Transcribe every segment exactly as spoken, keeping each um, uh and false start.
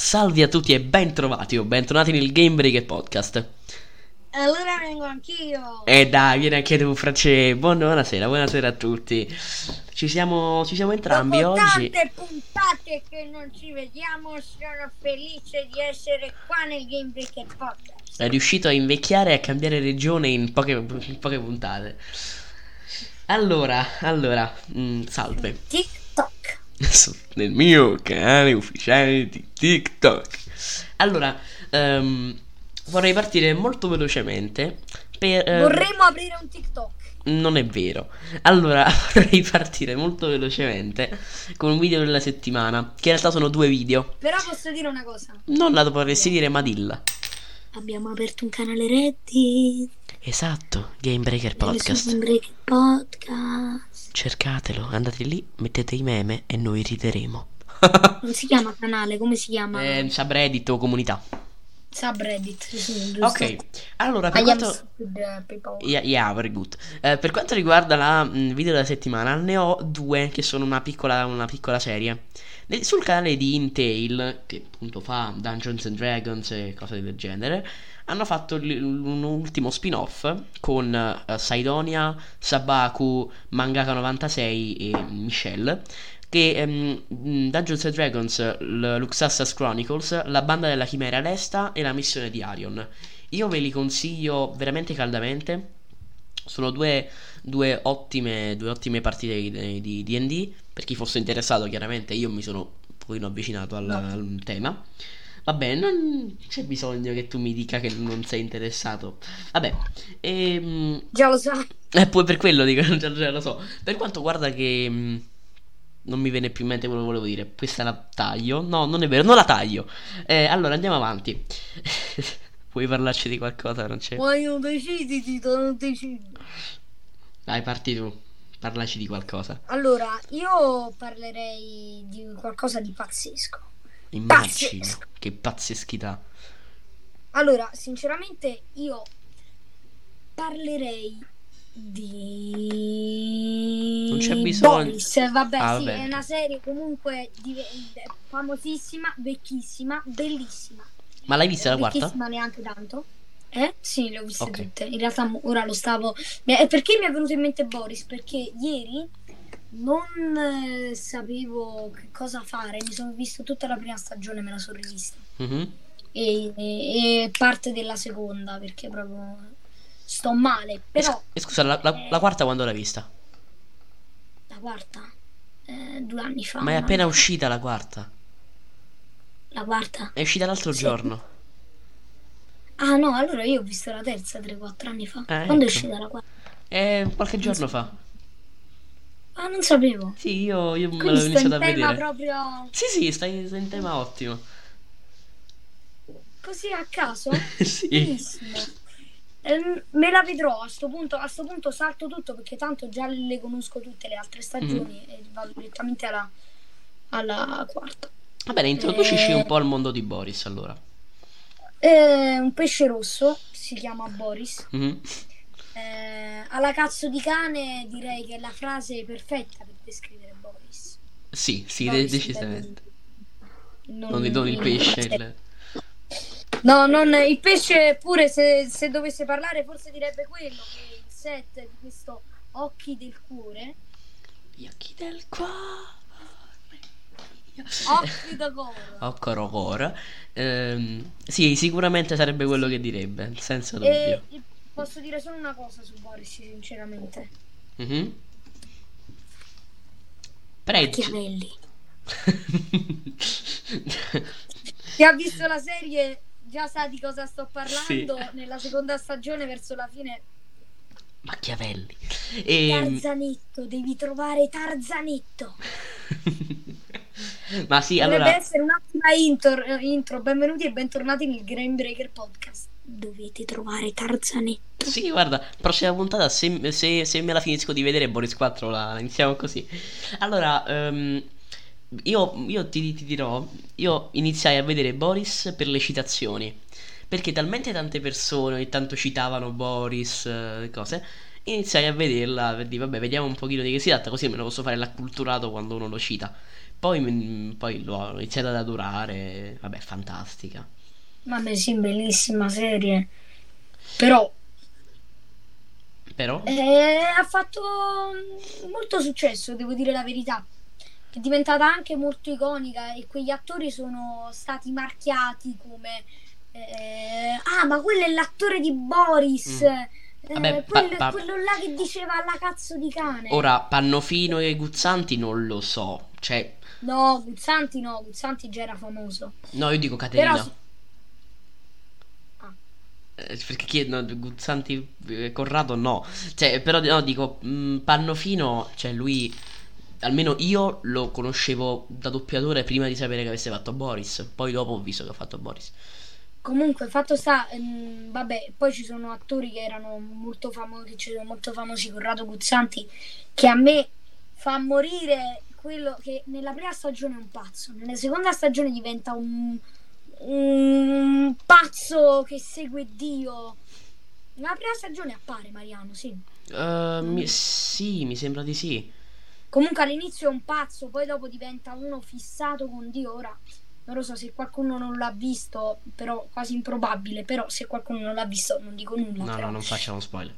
Salve a tutti e bentrovati o bentornati nel Game Breaker Podcast. Allora vengo anch'io. E dai, vieni anche tu, France. Buonasera, buonasera a tutti. Ci siamo, ci siamo entrambi Dopo oggi. tante puntate che non ci vediamo, sono felice di essere qua nel Game Breaker Podcast. È riuscito a invecchiare e a cambiare regione in poche, in poche puntate. Allora, allora, mh, salve. TikTok. Nel mio canale ufficiale di TikTok. Allora, ehm, vorrei partire molto velocemente per, eh, Vorremmo aprire un TikTok. Non è vero. Allora, vorrei partire molto velocemente con un video della settimana, che in realtà sono due video. Però posso dire una cosa. Non la dovresti dire, ma dilla. Abbiamo aperto un canale Reddit. Esatto, Game Breaker Game Podcast. Breaker Podcast. Cercatelo, andate lì, mettete i meme e noi rideremo. Non si chiama canale, come si chiama? Eh, subreddit o comunità. Subreddit, sì, giusto. Ok, allora per I am quanto... stupid people. Yeah, yeah, very good. Eh, per quanto riguarda la mh, video della settimana, ne ho due che sono una piccola, una piccola serie. Nel- sul canale di Intel, che appunto fa Dungeons and Dragons e cose del genere, hanno fatto l- un ultimo spin-off con eh, Saidonia, Sabaku, Mangaka novantasei e Michelle. Che ehm, mh, Dungeons and Dragons, l- Luxassas Chronicles, la banda della Chimera Lesta e la missione di Arion. Io ve li consiglio veramente caldamente. Sono due, due ottime, due ottime partite di di D and D. Per chi fosse interessato, chiaramente io mi sono un pochino avvicinato al, No. al tema. Vabbè, non c'è bisogno che tu mi dica che non sei interessato. Vabbè, e, Già lo sai. e poi per quello dico, già, già lo so. Per quanto guarda che mh, non mi viene più in mente quello che volevo dire. Questa la taglio. No, non è vero, non la taglio. Eh, allora andiamo avanti. Vuoi parlarci di qualcosa, non c'è? Ma io decidi, Tito, non decidi. Dai, parti tu. Parlaci di qualcosa. Allora, io parlerei di qualcosa di pazzesco. Immagino. Pazzesco. Che pazzeschità. Allora, sinceramente, io parlerei di... Non c'è bisogno. Boris, vabbè, Ah, sì, vabbè. è una serie comunque div- famosissima, vecchissima, bellissima. Ma l'hai vista la quarta? Vecchissima neanche tanto. Eh? Sì, le ho viste Ok. tutte. In realtà mo- ora lo stavo... E perché mi è venuto in mente Boris? Perché ieri non eh, sapevo che cosa fare. Mi sono visto tutta la prima stagione, me la sono rivista. Mhm. E, e- e parte della seconda, perché proprio sto male. E, Però sc- e scusa, la, la- la quarta quando l'hai vista? la quarta, eh, due anni fa. Ma è un appena anno fa. uscita la quarta. La quarta? È uscita l'altro Sì. giorno. Ah no, allora io ho visto la terza tre quattro anni fa. Eh, Quando è ecco. uscita la quarta? Eh, qualche Non giorno so. fa. Ah, non sapevo. Sì, io, io me Quindi l'ho sto iniziato in a tema vedere. proprio Sì, sì, stai, stai in tema ottimo. così a caso? Sì. Benissimo. Ehm, me la vedrò a sto punto. A sto punto salto tutto perché tanto già le conosco tutte le altre stagioni e vado direttamente alla, alla quarta. Va bene, introducici Eh, un po' al mondo di Boris allora. eh, un pesce rosso si chiama Boris. Mhm. Eh, alla cazzo di cane direi che è la frase perfetta per descrivere Boris. Sì, sì, de- Boris decisamente. non, Non, non il non- pesce. il- No, non il pesce pure se, se dovesse parlare forse direbbe quello che il set di questo Occhi del cuore, Gli occhi del cuore. Occhi da coro. Occorocora. Ehm, sì, sicuramente sarebbe quello che direbbe, senza E dubbio. posso dire solo una cosa su Boris, sinceramente. Mhm. Prego. Machiavelli. Chi ha visto la serie già sa di cosa sto parlando. Sì. Nella seconda stagione, verso la fine, Machiavelli. Ehm, Tarzanetto, devi trovare Tarzanetto. Ma sì, Dovrebbe allora, essere un'ottima intro, intro. Benvenuti e bentornati nel Game Breaker Podcast. Dovete trovare Tarzanetto. sì, guarda, prossima puntata, se, se- se me la finisco di vedere Boris quattro, la la iniziamo così. Allora, ehm, io, io ti, ti dirò, io iniziai a vedere Boris per le citazioni, perché talmente tante persone ogni tanto citavano Boris, eh, cose, iniziai a vederla per dire, vabbè, vediamo un pochino di che si tratta, così me lo posso fare l'acculturato quando uno lo cita. Poi, mi- poi l'ho iniziato ad adorare, vabbè, fantastica. Vabbè, sì, bellissima serie. Però Però, eh, ha fatto molto successo, devo dire la verità. È diventata anche molto iconica e quegli attori sono stati marchiati come eh, ah, ma quello è l'attore di Boris, mm, vabbè, eh, pa- quello è pa- quello là che diceva alla cazzo di cane. ora Pannofino e Guzzanti non lo so, cioè, No, Guzzanti no, Guzzanti già era famoso. no, io dico Però Caterina. sì. Ah, Eh, perché chi no, Guzzanti eh, Corrado no, cioè, però no, dico mh, Pannofino, cioè lui, almeno io lo conoscevo da doppiatore prima di sapere che avesse fatto Boris, poi dopo ho visto che ha fatto Boris. comunque, fatto sta, ehm, vabbè, poi ci sono attori che erano molto famosi, che ci sono molto famosi, Corrado Guzzanti, che a me fa morire quello che nella prima stagione è un pazzo, nella seconda stagione diventa un, un pazzo che segue Dio. Nella prima stagione appare Mariano, sì. Eh, mi- sì, mi sembra di sì. Comunque all'inizio è un pazzo, poi dopo diventa uno fissato con Dio. Ora non lo so se qualcuno non l'ha visto, però quasi improbabile, però se qualcuno non l'ha visto non dico nulla. No, Però, no, non facciamo spoiler.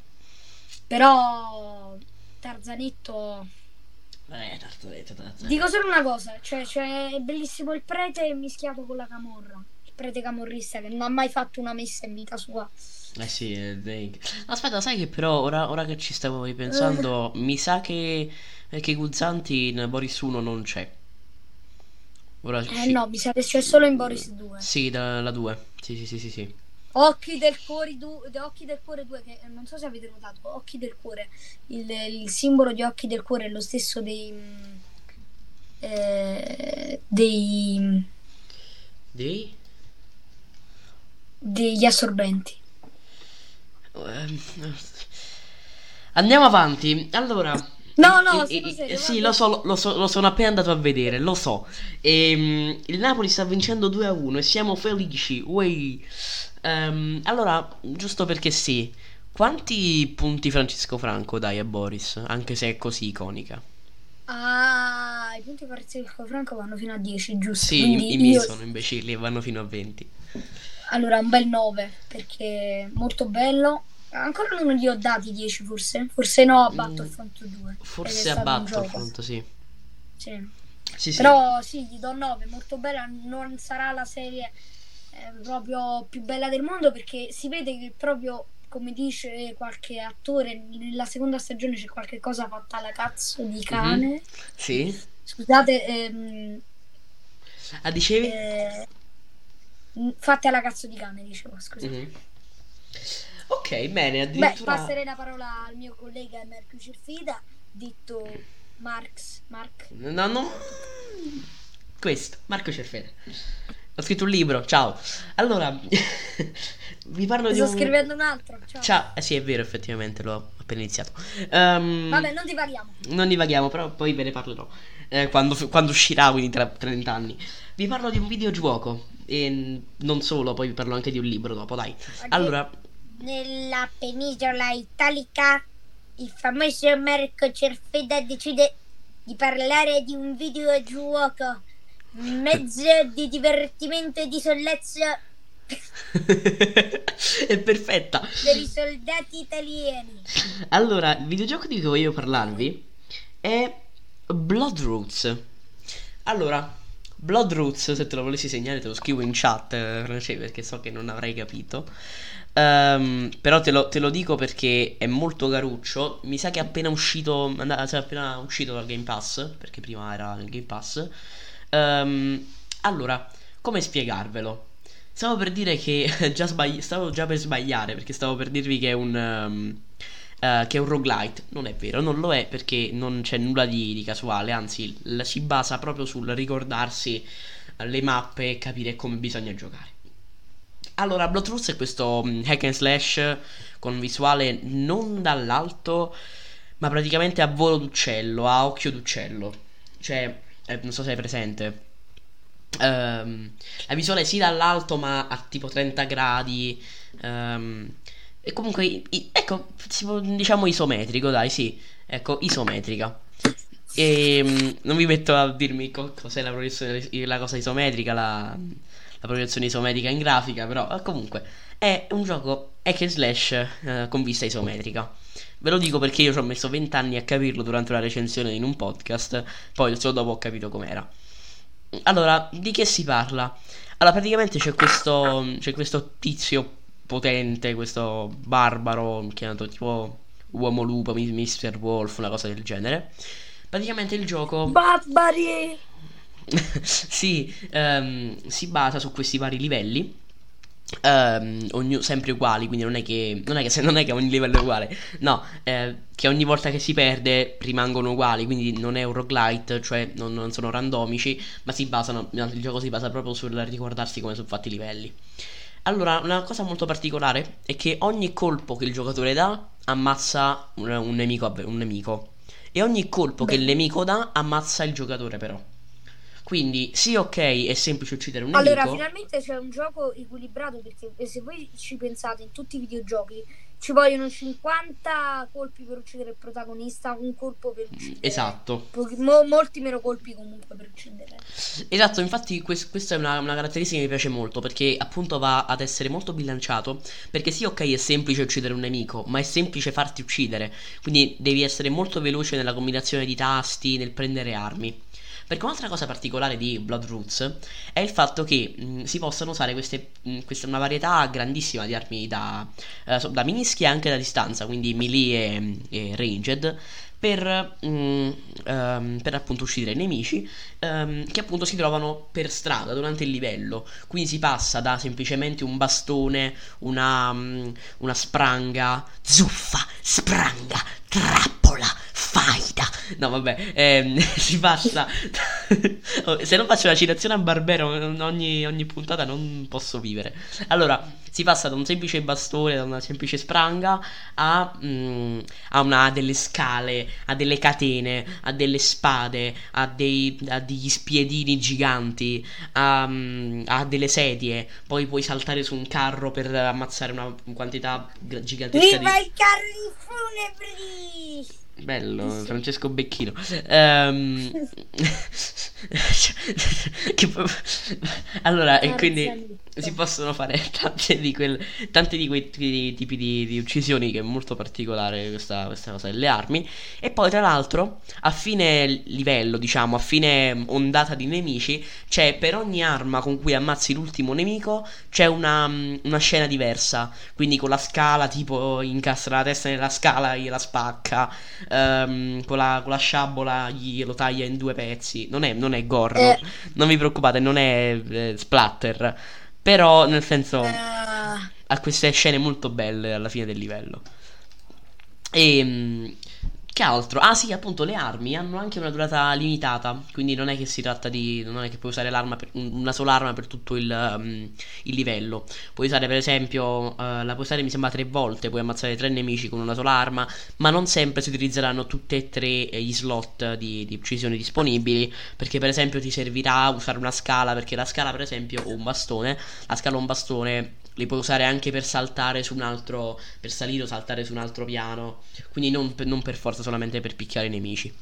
però Tarzanetto, Eh, Tartaretto, Tartaretto. dico solo una cosa, cioè, cioè è bellissimo il prete mischiato con la camorra. Il prete camorrista che non ha mai fatto una messa in vita sua. Eh sì, eh, dai. Aspetta, sai che però ora, ora che ci stavo ripensando, mi sa che, eh, che Guzzanti in Boris uno non c'è. Ora Eh sì. no, mi sa che c'è solo in Boris due. Sì, da- la due. Sì, sì, sì, sì, sì. Occhi del cuore due, Occhi del cuore due, che eh, non so se avete notato, Occhi del cuore, il, il simbolo di Occhi del cuore è lo stesso dei mm, eh, dei Dei? degli assorbenti. Ehm, Andiamo avanti. Allora, No, i- no, i- sono i- serio, sì, vabbè. lo so, lo so, lo sono appena andato a vedere, lo so. Ehm, il Napoli sta vincendo due a uno e siamo felici. Uei. Ehm, allora, giusto perché sì, quanti punti Francesco Franco dai a Boris, anche se è così iconica? Ah, i punti parziali del Franco vanno fino a dieci, giusto? Sì, i, i Quindi miei io sono imbecilli e vanno fino a venti. allora un bel nove perché molto bello. Ancora non gli ho dati dieci forse? Forse no a Mm, Battlefront due. Ed è forse a stato un gioco. Battlefront, sì. Sì. Sì, sì. Però sì, gli do nove, molto bella, non sarà la serie eh, proprio più bella del mondo perché si vede che proprio, come dice qualche attore, nella seconda stagione c'è qualche cosa fatta alla cazzo di cane. Mhm. Sì. Scusate, ehm, Ah, dicevi? eh, fatte alla cazzo di cane, dicevo, scusate. Mhm. Ok, bene, Beh, addirittura... passerei la parola al mio collega Marco Cerfida, detto Marx, Mark. No, no. Questo, Marco Cerfede. Ho scritto un libro, ciao. Allora, vi parlo Ne di sto un... scrivendo un altro. Ciao. Ciao, eh sì, è vero, effettivamente, l'ho appena iniziato. Ehm, Vabbè, non divaghiamo. non divaghiamo, però poi ve ne parlerò. eh, quando, quando uscirà, quindi tra trenta anni. Vi parlo di un videogioco. E non solo, poi vi parlo anche di un libro dopo, dai. Allora, Nella penisola italica, il famoso Marco Cerfeda decide di parlare di un videogioco, mezzo di divertimento e di sollezzo è perfetta. per i soldati italiani. Allora, il videogioco di cui voglio parlarvi è Bloodroots. Allora, Bloodroots, se te lo volessi segnare te lo scrivo in chat, eh, Francesco, perché so che non avrai capito. Ehm, però te lo, te lo dico perché è molto caruccio. Mi sa che è appena uscito, and- cioè appena uscito dal Game Pass, perché prima era nel Game Pass. Ehm, allora, come spiegarvelo? Stavo per dire che già sbagli- stavo già per sbagliare perché stavo per dirvi che è un ehm, eh, che è un roguelite. Non è vero, non lo è perché non c'è nulla di, di casuale, anzi l- si basa proprio sul ricordarsi eh, le mappe e capire come bisogna giocare. Allora, Bloodroots è questo mm, hack and slash con visuale non dall'alto, ma praticamente a volo d'uccello, a occhio d'uccello. Cioè, eh, non so se hai presente. Ehm, la visuale sì dall'alto, ma a tipo trenta gradi. ehm, E comunque, i- i- ecco, si può- diciamo isometrico, dai, sì. Ecco, isometrica. E mm, non mi metto a dirmi co- cos'è la proiezione, la cosa isometrica, la, la proiezione isometrica in grafica, però eh, comunque è un gioco hack and slash eh, con vista isometrica. Ve lo dico perché io ci ho messo venti anni a capirlo durante una recensione in un podcast, poi solo dopo ho capito com'era. Allora, di che si parla? Allora, praticamente c'è questo, c'è questo tizio potente, questo barbaro chiamato tipo Uomo Lupo, mi- mister Wolf, una cosa del genere. Praticamente il gioco Barbari! si, ehm, si basa su questi vari livelli. Ehm, ognu- sempre uguali, quindi non è che non è che, se, non è che ogni livello è uguale, no, eh, che ogni volta che si perde rimangono uguali, quindi non è un roguelite, cioè non, non sono randomici, ma si basano, il gioco si basa proprio sul ricordarsi come sono fatti i livelli. Allora, una cosa molto particolare è che ogni colpo che il giocatore dà ammazza un, un nemico, avve- un nemico, e ogni colpo che il Bene. nemico dà ammazza il giocatore però. Quindi sì, ok, è semplice uccidere un Allora, nemico. finalmente c'è un gioco equilibrato perché se voi ci pensate in tutti i videogiochi ci vogliono cinquanta colpi per uccidere il protagonista, un colpo per uccidere. Esatto. Pochi- mo- molti meno colpi comunque per uccidere. Esatto, infatti quest- questa è una, una caratteristica che mi piace molto perché appunto va ad essere molto bilanciato, perché sì, ok, è semplice uccidere un nemico, ma è semplice farti uccidere, quindi devi essere molto veloce nella combinazione di tasti, nel prendere armi. Perché un'altra cosa particolare di Bloodroots è il fatto che mh, si possano usare queste, mh, questa una varietà grandissima di armi da, eh, so- da minischi e anche da distanza, quindi melee e, e ranged, per, mm, ehm, per appunto uccidere i nemici ehm, che appunto si trovano per strada durante il livello. Quindi si passa da semplicemente un bastone, una, mm, una spranga, zuffa, spranga, trappola, faida. No, vabbè, ehm, si passa. Oh, se non faccio la citazione a Barbero ogni, ogni puntata non posso vivere. Allora, si passa da un semplice bastone, da una semplice spranga a, mm, a, una, a delle scale, a delle catene, a delle spade, a, dei, a degli spiedini giganti, a, mm, a delle sedie. Poi puoi saltare su un carro per ammazzare una quantità gra- gigantesca di... Viva i carri funebri! Bello, Francesco Becchino. Ehm, che po- allora, e quindi Tarzanetto. si possono fare tante di, quel, tante di quei tipi, tipi di, di uccisioni, che è molto particolare questa, questa cosa delle armi. E poi, tra l'altro, a fine livello, diciamo, a fine ondata di nemici, c'è per ogni arma con cui ammazzi l'ultimo nemico, c'è una, una scena diversa. Quindi con la scala, tipo, incastra la testa nella scala, gliela spacca. Ehm, con, la, con la sciabola glielo taglia in due pezzi. Non è, non è gore, Eh, no? Non vi preoccupate, non è eh, splatter. Però, nel senso, eh, ha queste scene molto belle alla fine del livello. E mm, che altro? Ah sì, appunto le armi hanno anche una durata limitata, quindi non è che si tratta di, non è che puoi usare l'arma per, una sola arma per tutto il, um, il livello. Puoi usare per esempio, eh, la puoi usare mi sembra tre volte, puoi ammazzare tre nemici con una sola arma, ma non sempre si utilizzeranno tutte e tre eh, gli slot di, di uccisione disponibili, perché per esempio ti servirà usare una scala, perché la scala per esempio o un bastone, la scala o un bastone li puoi usare anche per saltare su un altro, per salire o saltare su un altro piano, quindi non per, non per forza solamente per picchiare i nemici.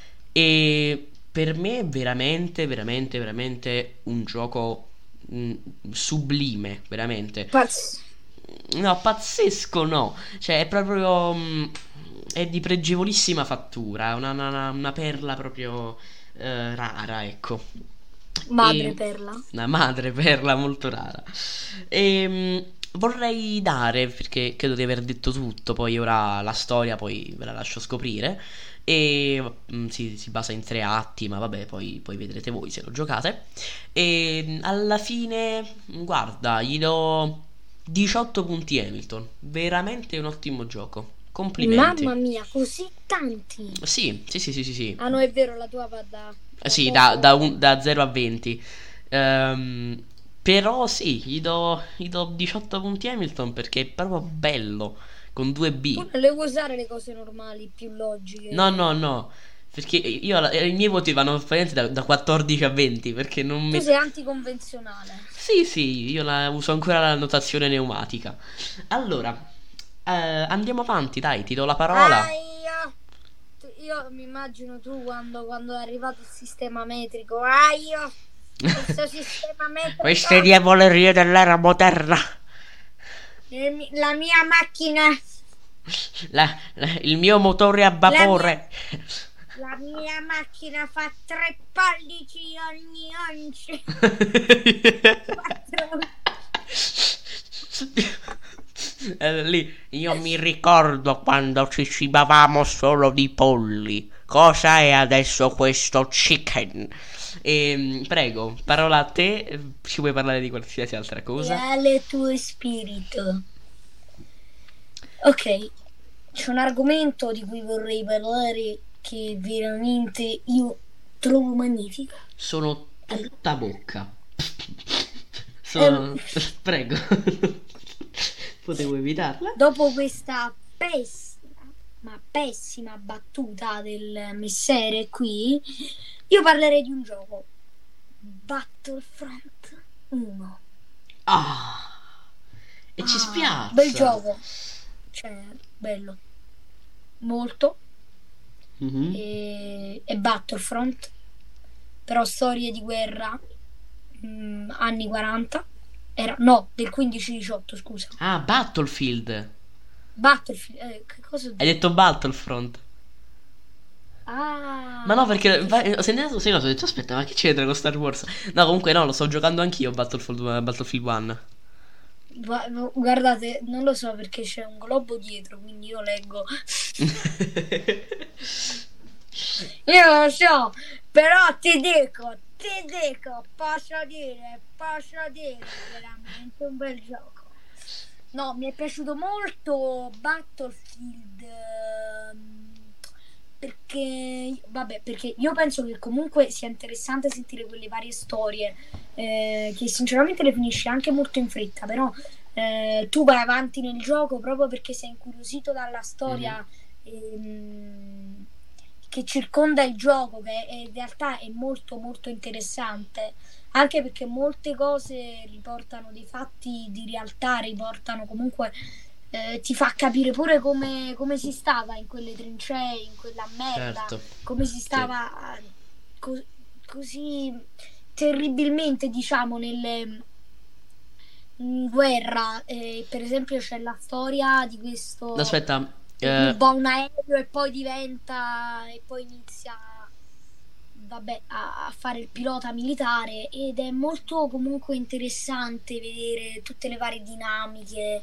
E per me è veramente, veramente, veramente un gioco mh, sublime, veramente. pazz- No, pazzesco no, cioè è proprio mh, è di pregevolissima fattura, è una, una, una perla proprio eh, rara, ecco. Madre E perla. una madre perla molto rara. E mh, vorrei dare, perché credo di aver detto tutto, poi ora la storia poi ve la lascio scoprire. E mh, si, si basa in tre atti, ma vabbè, poi, poi vedrete voi se lo giocate. E mh, alla fine, guarda, gli do diciotto punti Hamilton. Veramente un ottimo gioco. Complimenti. Mamma mia, così tanti. Sì, sì, sì, sì, sì, sì. Ah no, è vero, la tua va da, Eh, da sì, da, da, poco. un- da zero a venti. Ehm, però sì, gli do, gli do diciotto punti Hamilton perché è proprio bello, con due Tu B. non le vuoi usare le cose normali, più No, logiche. no, no, perché io, la- i miei voti vanno praticamente da, da quattordici a venti, perché non Tu mi... sei anticonvenzionale. Sì, sì, io la uso ancora la notazione pneumatica. Allora, Eh, andiamo avanti, dai, ti do la parola. Ah, io, io mi immagino tu quando, quando è arrivato il sistema metrico. Ah, io, questo sistema metrico. Queste diavolerie dell'era moderna. il- La mia macchina, La- la- il mio motore a la mia, vapore. la mia macchina fa tre pollici ogni once. Quattro. Eh, lì io mi ricordo quando ci cibavamo solo di polli. Cosa è adesso questo chicken? Ehm, prego, parola a te. eh, Ci puoi parlare di qualsiasi altra cosa? Reale tuo spirito. Ok, c'è un argomento di cui vorrei parlare che veramente io trovo magnifico. Sono tutta bocca. Sono... Ehm, Prego. Potevo evitarla? dopo questa pessima, ma pessima battuta del messere qui, io parlerei di un gioco. Battlefront uno. Ah, e ci Ah, spiazza. bel gioco. Cioè, bello. Molto. Mhm. E, e Battlefront. Però storie di guerra. mm, anni quaranta. Era, no, del quindici diciotto, scusa. Ah, Battlefield. Battlefield. Eh, che cosa ho Hai detto? detto Battlefront. Ah, Ma no, perché che- va- ho sentito sei cose, ho detto aspetta, ma che c'entra con Star Wars? No, comunque no, lo sto giocando anch'io Battlefield, Battlefield uno. Va- guardate, non lo so perché c'è un globo dietro, quindi io leggo. Io non lo so, però ti dico, ti dico, posso dire, posso dire, veramente un bel gioco. No, mi è piaciuto molto Battlefield ehm, perché, vabbè, perché io penso che comunque sia interessante sentire quelle varie storie eh, che sinceramente le finisci anche molto in fretta, però eh, tu vai avanti nel gioco proprio perché sei incuriosito dalla Mhm. storia ehm, che circonda il gioco, che è- in realtà è molto molto interessante, anche perché molte cose riportano dei fatti di realtà, riportano comunque, eh, ti fa capire pure come, come si stava in quelle trincee, in quella merda, Certo. come si Sì. stava eh, co- così terribilmente, diciamo, nelle in guerra. Eh, per esempio c'è la storia di questo Aspetta, che eh, ruba un aereo e poi diventa e poi inizia vabbè, a, a fare il pilota militare ed è molto comunque interessante vedere tutte le varie dinamiche.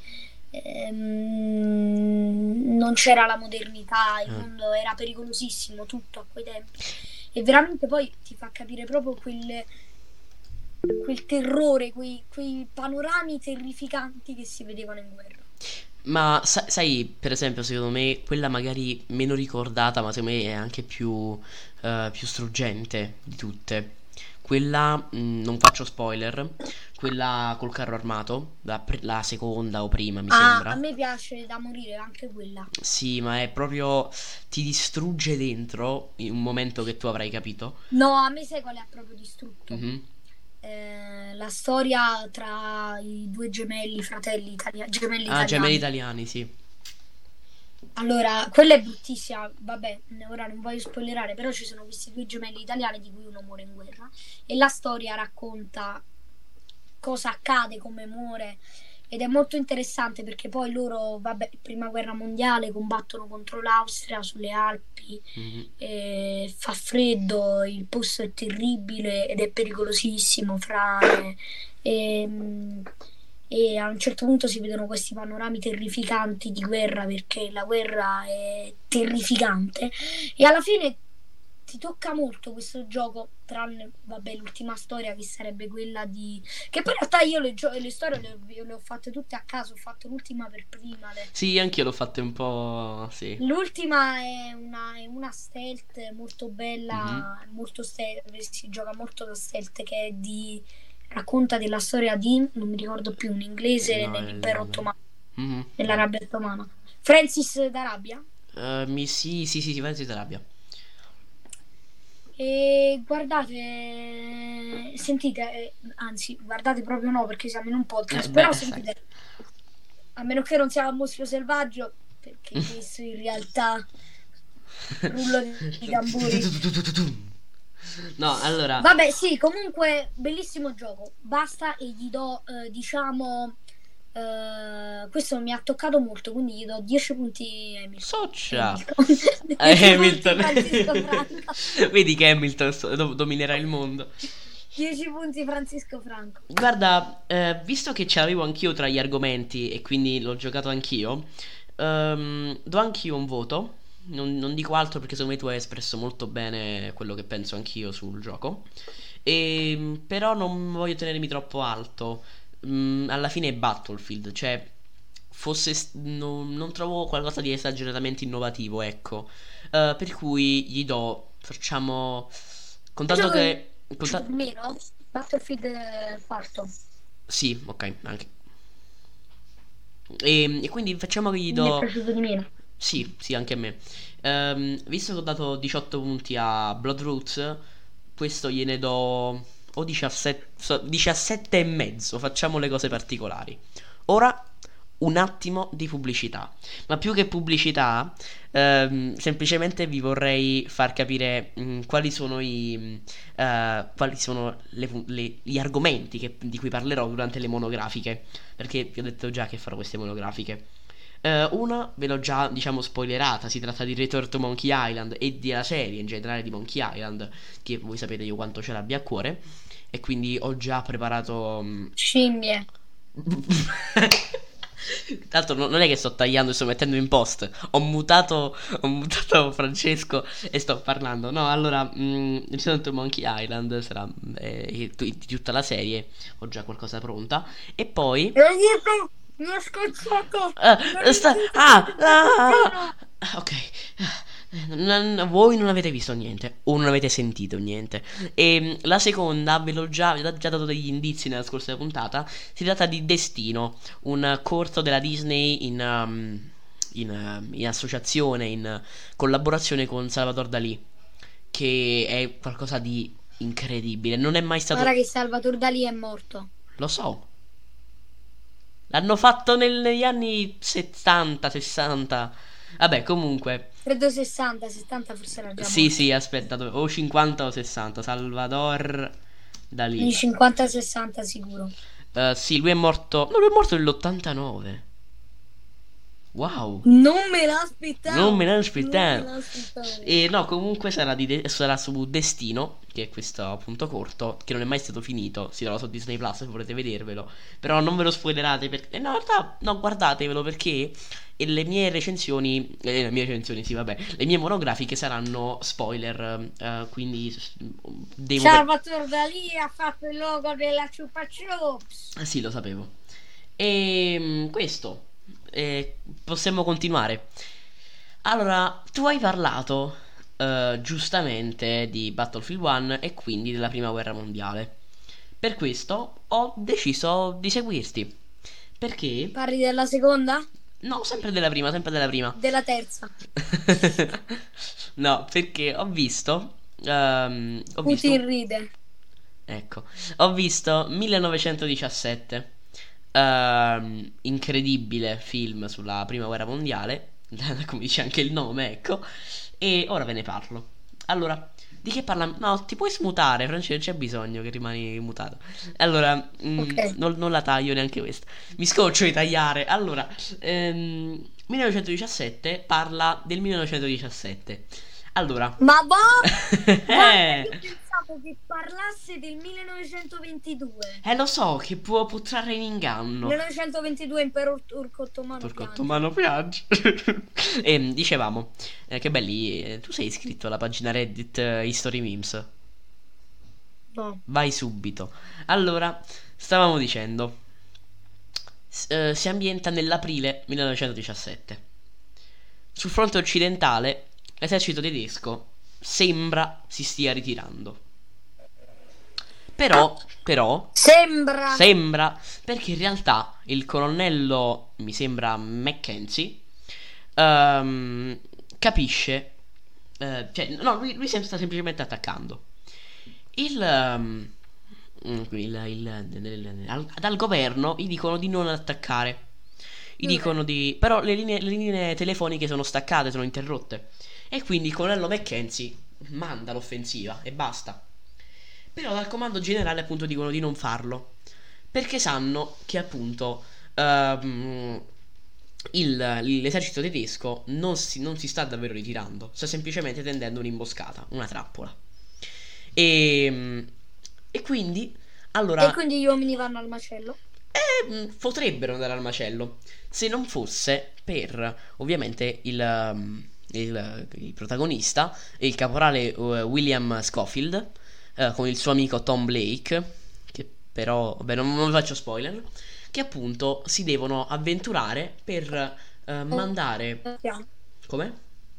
Ehm, non c'era la modernità, il eh, mondo era pericolosissimo tutto a quei tempi e veramente poi ti fa capire proprio quel, quel terrore, quei, quei panorami terrificanti che si vedevano in guerra. ma sa- sai, per esempio, secondo me quella magari meno ricordata, ma secondo me è anche più, eh, più struggente di tutte. Quella, mh, non faccio spoiler, quella col carro armato, la, pr- la seconda o prima mi Ah, a sembra. me piace da morire anche quella. Sì, ma è proprio, ti distrugge dentro in un momento che tu avrai capito. No, a me sai quale ha proprio distrutto? Mhm. Eh, la storia tra i due gemelli fratelli italia- gemelli Ah, gemelli italiani. italiani, sì. Allora, quella è bruttissima, vabbè, ora non voglio spoilerare, però ci sono questi due gemelli italiani di cui uno muore in guerra e la storia racconta cosa accade, come muore ed è molto interessante perché poi loro, vabbè, prima guerra mondiale combattono contro l'Austria sulle Alpi, Mhm. eh, fa freddo, il posto è terribile ed è pericolosissimo, frane e, e a un certo punto si vedono questi panorami terrificanti di guerra perché la guerra è terrificante e alla fine ti tocca molto questo gioco, tranne vabbè l'ultima storia che sarebbe quella di che poi in realtà io le, gio- le storie le ho, le ho fatte tutte a caso, ho fatto l'ultima per prima. le- Sì, anch'io l'ho fatte un po', sì. L'ultima è una, è una stealth molto Mhm. bella, molto stealth, si gioca molto da stealth che è di racconta della storia di non mi ricordo più un inglese No, nell'impero il... ottomano, Mhm. nell'Arabia ottomana. Francis d'Arabia. Eh, mi... Sì, sì, sì, sì, penso di rabbia. E guardate, sentite, eh, anzi, guardate proprio no perché siamo in un Eh, podcast, beh, però sai. sentite, A meno che non sia un mostro selvaggio, perché questo in realtà rullo di tamburi. No, allora. Vabbè, sì, comunque bellissimo gioco. Basta e gli do, eh, diciamo, eh, questo mi ha toccato molto, quindi gli do dieci punti a Hamilton. Socià. Hamilton. Hamilton. Francisco Franco. Vedi che Hamilton sto- do- dominerà il mondo. dieci punti Francisco Franco. Guarda, eh, visto che ce l'avevo anch'io tra gli argomenti e quindi l'ho giocato anch'io, ehm, do anch'io un voto. Non, non dico altro perché secondo me tu hai espresso molto bene quello che penso anch'io sul gioco. E, però non voglio tenermi troppo alto. Mm, alla fine è Battlefield, cioè fosse s- non, non trovo qualcosa di esageratamente innovativo, ecco. Eh, per cui gli do, facciamo, contanto Gioco che conta- meno Battlefield eh, quarto. sì, ok, anche. E, e quindi facciamo che gli Mi è do. piaciuto di meno. Sì, sì, anche a me. Ehm, visto che ho dato diciotto punti a Bloodroots, questo gliene do o diciassette, so- diciassette e mezzo. Facciamo le cose particolari. Ora un attimo di pubblicità. Ma più che pubblicità, ehm, semplicemente vi vorrei far capire mh, quali sono i mh, eh, quali sono le pu- le- gli argomenti che- di cui parlerò durante le monografiche. Perché vi ho detto già che farò queste monografiche. Eh, una ve l'ho già, diciamo, spoilerata. Si tratta di Return to Monkey Island e della serie in generale di Monkey Island, che voi sapete io quanto ce l'abbia a cuore. E quindi ho già preparato. mm, Scimmie. Tanto no- non è che sto tagliando e sto mettendo in post. Ho mutato, ho mutato Francesco e sto parlando. No, allora, mh, Return to Monkey Island sarà eh, tu- di tutta la serie. Ho già qualcosa pronta. E poi. Aiuto! Mi ho scocciato! Ah, sta- ah, ah, ah, ok. Non- voi non avete visto niente o non avete sentito niente. E la seconda ve l'ho già, vi ho già dato degli indizi nella scorsa puntata. Si tratta di Destino, un corto della Disney in, um, in, um, in associazione, in collaborazione con Salvador Dalì, che è qualcosa di incredibile. Non è mai stato. Guarda che Salvatore Dalì è morto. Lo so. L'hanno fatto nel- negli anni settanta, sessanta. Vabbè, comunque. Credo sessanta, settanta forse era già Sì, morto. sì, aspetta, dove- o cinquanta o sessanta. Salvador Dalì. Quindi cinquanta sessanta sicuro. Eh, sì, lui è morto. No, lui è morto nell'ottantanove. Wow. Non me l'aspettavo. Non me Non l'aspettavo. me l'aspettavo. E no, comunque sarà, di de- sarà su Destino, che è questo appunto corto, che non è mai stato finito. Si trova su Disney Plus se volete vedervelo. Però non ve lo spoilerate perché. No, in realtà, no, guardatevelo perché e le mie recensioni. Eh, le mie recensioni, sì, vabbè. Le mie monografiche saranno spoiler. eh, quindi s- devo. Salvatore Dalì ha fatto il logo della Chupa Chups. Ah, sì, lo sapevo. E questo. eh, possiamo continuare. Allora, tu hai parlato eh, giustamente di Battlefield uno e quindi della prima guerra mondiale. Per questo ho deciso di seguirti. Perché? Parli della seconda? No, sempre della prima, sempre della prima. Della terza. No, perché ho visto. ehm, ho Putin visto. ride. Ecco, ho visto millenovecentodiciassette. Ehm, incredibile film sulla prima guerra mondiale. Come dice anche il nome, ecco. E ora ve ne parlo. Allora, di che parla? No, ti puoi smutare, Francesco, non c'è bisogno che rimani mutato. Allora, mm, Ok. non, non la taglio neanche questa. Mi scoccio di tagliare. Allora, ehm, millenovecentodiciassette parla del millenovecentodiciassette. Allora, Ma boh! Guarda, eh, io pensavo che parlasse del millenovecentoventidue. eh, lo so che può, può trarre in inganno. millenovecentoventidue Impero Turco Ottomano Turco piange. Ottomano piange. E dicevamo, eh, che belli, eh, tu sei iscritto alla pagina Reddit eh, History Memes? No. Vai subito. Allora, stavamo dicendo, s- eh, si ambienta nell'aprile millenovecentodiciassette. Sul fronte occidentale, l'esercito tedesco sembra si stia ritirando. Però, però, Sembra. sembra, perché in realtà il colonnello, mi sembra Mackenzie, ehm, capisce, eh, cioè, no, lui, lui sem- sta semplicemente attaccando. Il, ehm, il, il- il- al- dal governo gli dicono di non attaccare. gli Ok. dicono di... Però le linee, le linee telefoniche sono staccate, sono interrotte. E quindi il colonnello Mackenzie manda l'offensiva e basta. Però dal comando generale appunto dicono di non farlo. Perché sanno che appunto ehm, il- l'esercito tedesco non si, non si sta davvero ritirando, sta semplicemente tendendo un'imboscata, una trappola. E, e quindi, E allora, quindi gli uomini vanno al macello. eh, mh, potrebbero andare al macello se non fosse per, ovviamente, il, um, il, il protagonista, il caporale uh, William Scofield, eh, con il suo amico Tom Blake, che però, vabbè, non, non vi faccio spoiler, che appunto si devono avventurare per eh, mandare... Eh, piano. Come?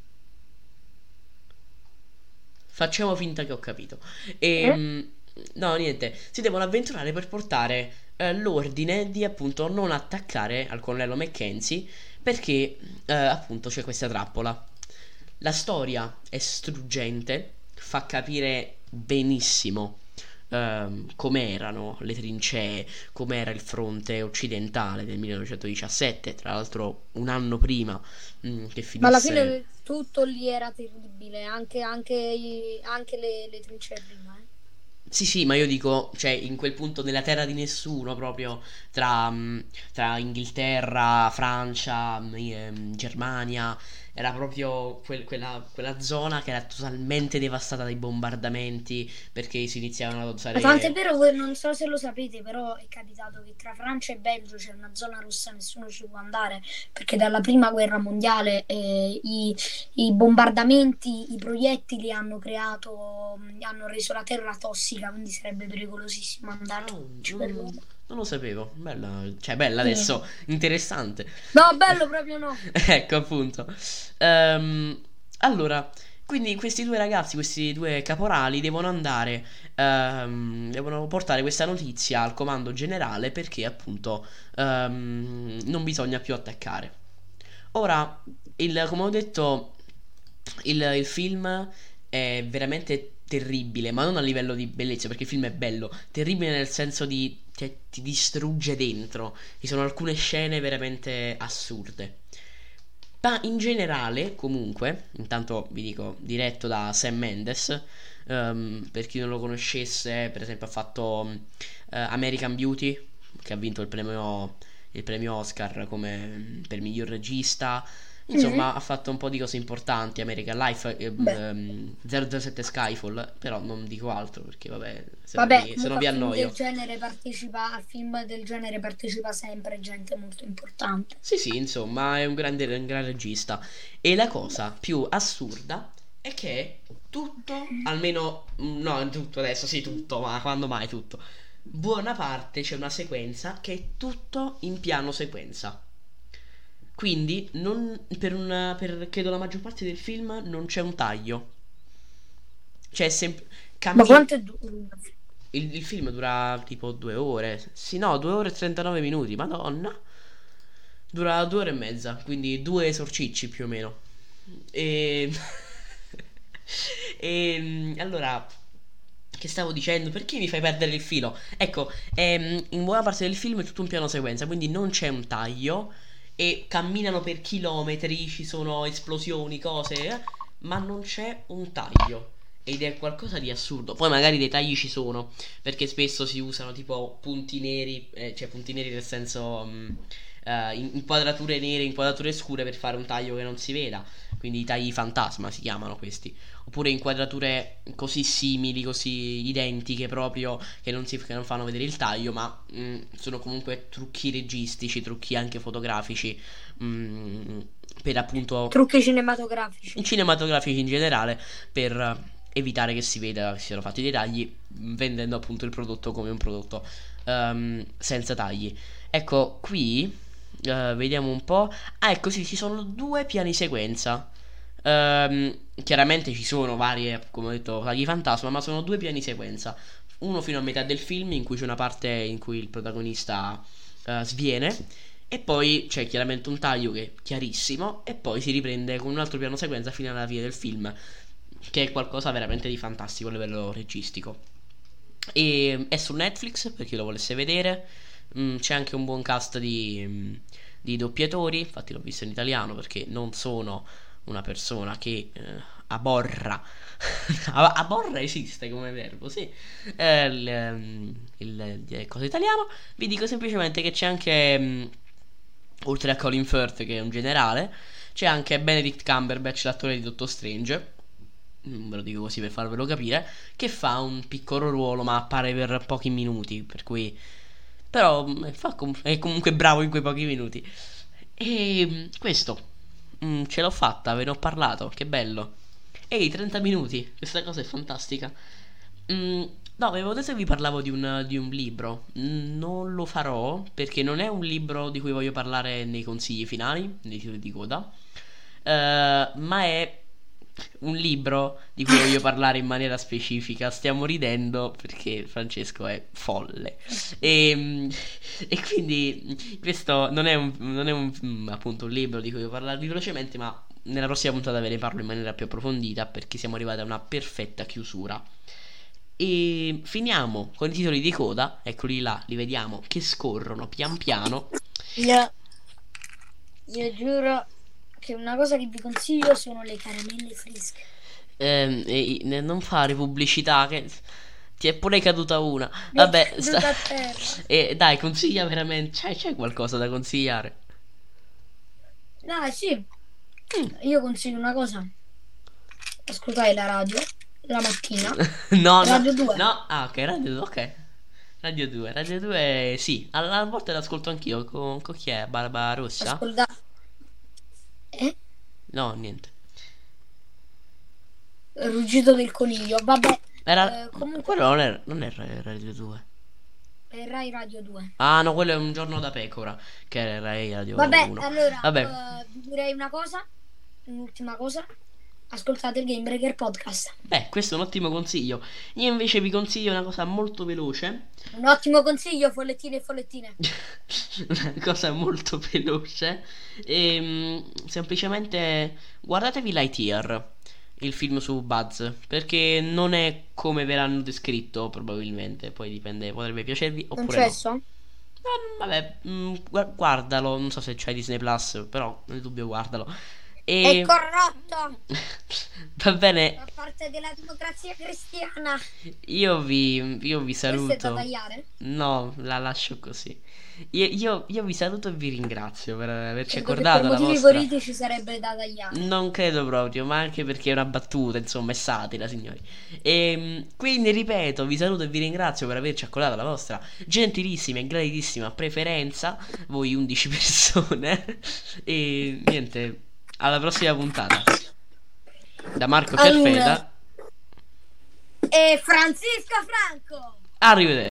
Facciamo finta che ho capito. E, Eh? mh, no, niente. Si devono avventurare per portare eh, l'ordine di appunto non attaccare al colonnello Mackenzie perché eh, appunto c'è questa trappola. La storia è struggente, fa capire benissimo ehm, com'erano le trincee, com'era il fronte occidentale del millenovecentodiciassette, tra l'altro un anno prima mh, che Ma alla finisse. fine tutto lì era terribile, anche, anche, i- anche le, le trincee prima. Eh. Sì, sì, ma io dico, cioè, in quel punto nella terra di nessuno, proprio tra, mh, tra Inghilterra, Francia, mh, ehm, Germania, era proprio quel- quella, quella zona che era totalmente devastata dai bombardamenti perché si iniziavano ad Ma tant'è usare... vero, voi non so se lo sapete, però è capitato che tra Francia e Belgio c'è una zona rossa, nessuno ci può andare, perché dalla prima guerra mondiale eh, i, i bombardamenti, i proiettili hanno creato, hanno reso la terra tossica, quindi sarebbe pericolosissimo Ah, andarci per non, loro. non lo sapevo, bella, cioè bella Sì. adesso, interessante. No, bello proprio no. Ecco appunto. Ehm, allora, quindi questi due ragazzi, questi due caporali devono andare, ehm, devono portare questa notizia al comando generale perché appunto ehm, non bisogna più attaccare. Ora, il, come ho detto, il, il film è veramente terribile, ma non a livello di bellezza, perché il film è bello, terribile nel senso di cioè, ti distrugge dentro. Ci sono alcune scene veramente assurde. Ma in generale, comunque, intanto vi dico, diretto da Sam Mendes, ehm, per chi non lo conoscesse, per esempio ha fatto eh, American Beauty, che ha vinto il premio, il premio Oscar come per miglior regista. Mhm. Insomma, ha fatto un po' di cose importanti. American Life, ehm, Beh, ehm, zero zero sette Skyfall, però non dico altro perché, vabbè, se no vabbè, vi, se no comunque vi al film del annoio. genere partecipa, al film del genere partecipa sempre gente molto importante. Sì, sì, insomma, è un grande, un gran regista. E la cosa più assurda è che tutto, almeno, mm, no, tutto adesso, sì, tutto, ma quando mai tutto? Buona parte c'è una sequenza che è tutto in piano sequenza. Quindi, non, per una, per credo la maggior parte del film non c'è un taglio. Cioè, sem- Ma cammi- quanto è duro? il, il film dura tipo due ore. Sì, no, due ore e trentanove minuti, madonna. Dura due ore e mezza, quindi due esorcicci più o meno. E... e mm, allora, che stavo dicendo? Perché mi fai perdere il filo? Ecco, ehm, in buona parte del film è tutto un piano sequenza, quindi non c'è un taglio e camminano per chilometri, ci sono esplosioni, cose, eh, ma non c'è un taglio. Ed è qualcosa di assurdo. Poi magari dei tagli ci sono, perché spesso si usano tipo punti neri, eh, cioè punti neri nel senso mh, eh, in- inquadrature nere, inquadrature scure per fare un taglio che non si veda. Quindi i tagli fantasma si chiamano questi. Oppure inquadrature così simili, così identiche proprio che non, si, che non fanno vedere il taglio, ma mh, sono comunque trucchi registici, trucchi anche fotografici, mh, per appunto Trucchi cinematografici. cinematografici in generale, per evitare che si veda che siano fatti dei tagli, vendendo appunto il prodotto come un prodotto ehm, senza tagli. Ecco, qui eh, vediamo un po'. Ah, ecco, sì, ci sono due piani sequenza. Ehm, chiaramente ci sono varie, come ho detto, tagli fantasma, ma sono due piani sequenza. Uno fino a metà del film, in cui c'è una parte in cui il protagonista eh, sviene. E poi c'è chiaramente un taglio che è chiarissimo. E poi si riprende con un altro piano sequenza fino alla fine del film, che è qualcosa veramente di fantastico a livello registico. E è su Netflix per chi lo volesse vedere. Mm, c'è anche un buon cast di, mm, di doppiatori. Infatti l'ho visto in italiano perché non sono una persona che eh, aborra aborra esiste come verbo, sì, eh, il, ehm, il, il coso italiano. Vi dico semplicemente che c'è anche mh, oltre a Colin Firth, che è un generale, c'è anche Benedict Cumberbatch, l'attore di Doctor Strange. Non ve lo dico così per farvelo capire, che fa un piccolo ruolo ma appare per pochi minuti, per cui però mh, fa com- è comunque bravo in quei pochi minuti. E mh, questo mh, ce l'ho fatta, ve ne ho parlato, che bello. Ehi, trenta minuti, questa cosa è fantastica. Mm, no, avevo detto che vi parlavo di un, di un libro. Mm, non lo farò perché non è un libro di cui voglio parlare nei consigli finali, nei titoli di coda, eh, ma è un libro di cui voglio parlare in maniera specifica. Stiamo ridendo perché Francesco è folle. E, mm, e quindi questo non è, un, non è un, mm, appunto un libro di cui voglio parlarvi velocemente, ma nella prossima puntata ve ne parlo in maniera più approfondita perché siamo arrivati a una perfetta chiusura. E finiamo con i titoli di coda. Eccoli là, li vediamo che scorrono pian piano. Io, io giuro che una cosa che vi consiglio sono le caramelle fresche. Ehm, e, e non fare pubblicità, che ti è pure caduta una. Vabbè, sta... a terra. E dai, consiglia veramente. C'è, c'è qualcosa da consigliare? Dai, sì. Mm. Io consiglio una cosa. Ascoltate la radio la mattina. No, Radio no, due. no. Ah, ok, Radio due, ok. Radio due, Radio due, sì. A, a volte l'ascolto anch'io. Con, con chi è? Barba Rossa? Ascolta. Eh? No, niente. Ruggito del coniglio. Vabbè. Era... eh, comunque Quello non è, non è Radio due. è Rai Radio due. Ah, no, quello è Un giorno da pecora. Che era Rai Radio Vabbè, uno. allora Vabbè. eh, vi direi una cosa. Un'ultima cosa. Ascoltate il Game Breaker Podcast. Beh, questo è un ottimo consiglio. Io invece vi consiglio una cosa molto veloce. Un ottimo consiglio, follettine e follettine. Una cosa molto veloce. E, semplicemente guardatevi Lightyear, il film su Buzz, perché non è come ve l'hanno descritto probabilmente. Poi dipende, potrebbe piacervi oppure no. Concesso? Ah, vabbè, mh, gu- guardalo. Non so se c'hai Disney Plus, però nel dubbio guardalo. E... È corrotto Va bene, da parte della democrazia cristiana. io vi, io vi Questo è da saluto. tagliare? No, la lascio così. Io, io, io vi saluto e vi ringrazio per averci Credo che accordato per la motivi vostra. politici sarebbe da tagliare. Non credo proprio, ma anche perché è una battuta, insomma, è satira, signori. E quindi ripeto, vi saluto e vi ringrazio per averci accordato la vostra gentilissima e graditissima preferenza, voi undici persone. E niente, alla prossima puntata. Da Marco Allora. Cerfeda. E Francisco Franco. Arrivederci.